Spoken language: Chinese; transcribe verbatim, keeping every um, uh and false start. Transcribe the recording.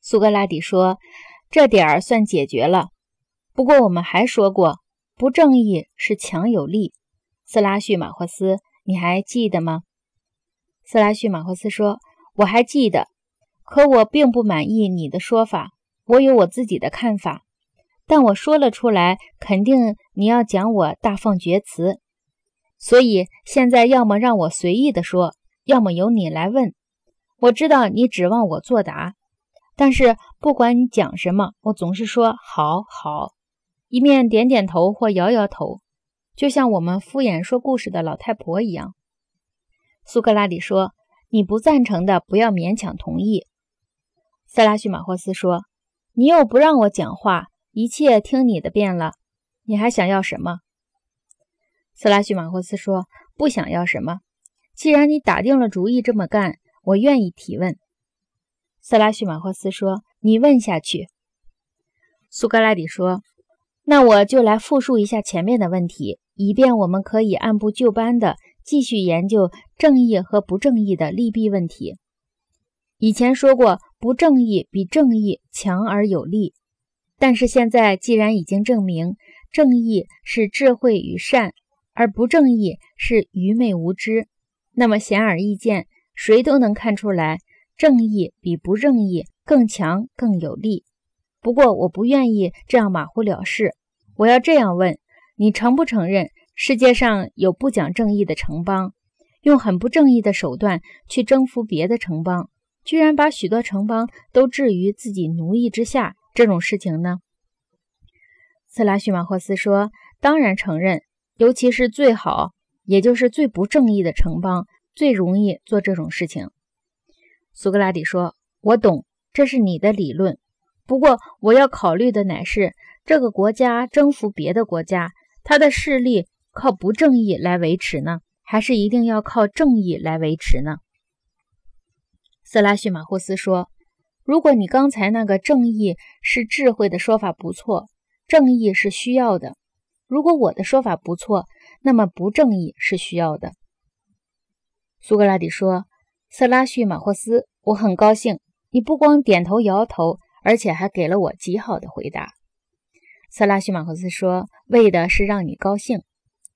苏格拉底说，这点儿算解决了。不过我们还说过，不正义是强有力。斯拉叙马霍斯，你还记得吗？斯拉叙马霍斯说，我还记得，可我并不满意你的说法，我有我自己的看法，但我说了出来，肯定你要讲我大放厥词，所以现在要么让我随意地说，要么由你来问。我知道你指望我作答，但是不管你讲什么，我总是说好好，一面点点头或摇摇头，就像我们敷衍说故事的老太婆一样。苏格拉底说，你不赞成的不要勉强同意。塞拉叙马霍斯说，你又不让我讲话，一切听你的便了，你还想要什么？塞拉叙马霍斯说，不想要什么，既然你打定了主意这么干，我愿意提问。塞拉叙马霍斯说，你问下去。苏格拉底说，那我就来复述一下前面的问题，以便我们可以按部就班地继续研究正义和不正义的利弊问题。以前说过，不正义比正义强而有力，但是现在既然已经证明正义是智慧与善，而不正义是愚昧无知，那么显而易见，谁都能看出来，正义比不正义更强更有力。不过我不愿意这样马虎了事，我要这样问，你承不承认世界上有不讲正义的城邦，用很不正义的手段去征服别的城邦，居然把许多城邦都置于自己奴役之下，这种事情呢？斯拉叙马霍斯说，当然承认，尤其是最好，也就是最不正义的城邦，最容易做这种事情。苏格拉底说，我懂，这是你的理论，不过我要考虑的乃是这个国家征服别的国家，它的势力靠不正义来维持呢，还是一定要靠正义来维持呢？塞拉叙马霍斯说，如果你刚才那个正义是智慧的说法不错，正义是需要的，如果我的说法不错，那么不正义是需要的。苏格拉底说，塞拉叙马霍斯，我很高兴，你不光点头摇头，而且还给了我极好的回答。塞拉叙马霍斯说，为的是让你高兴。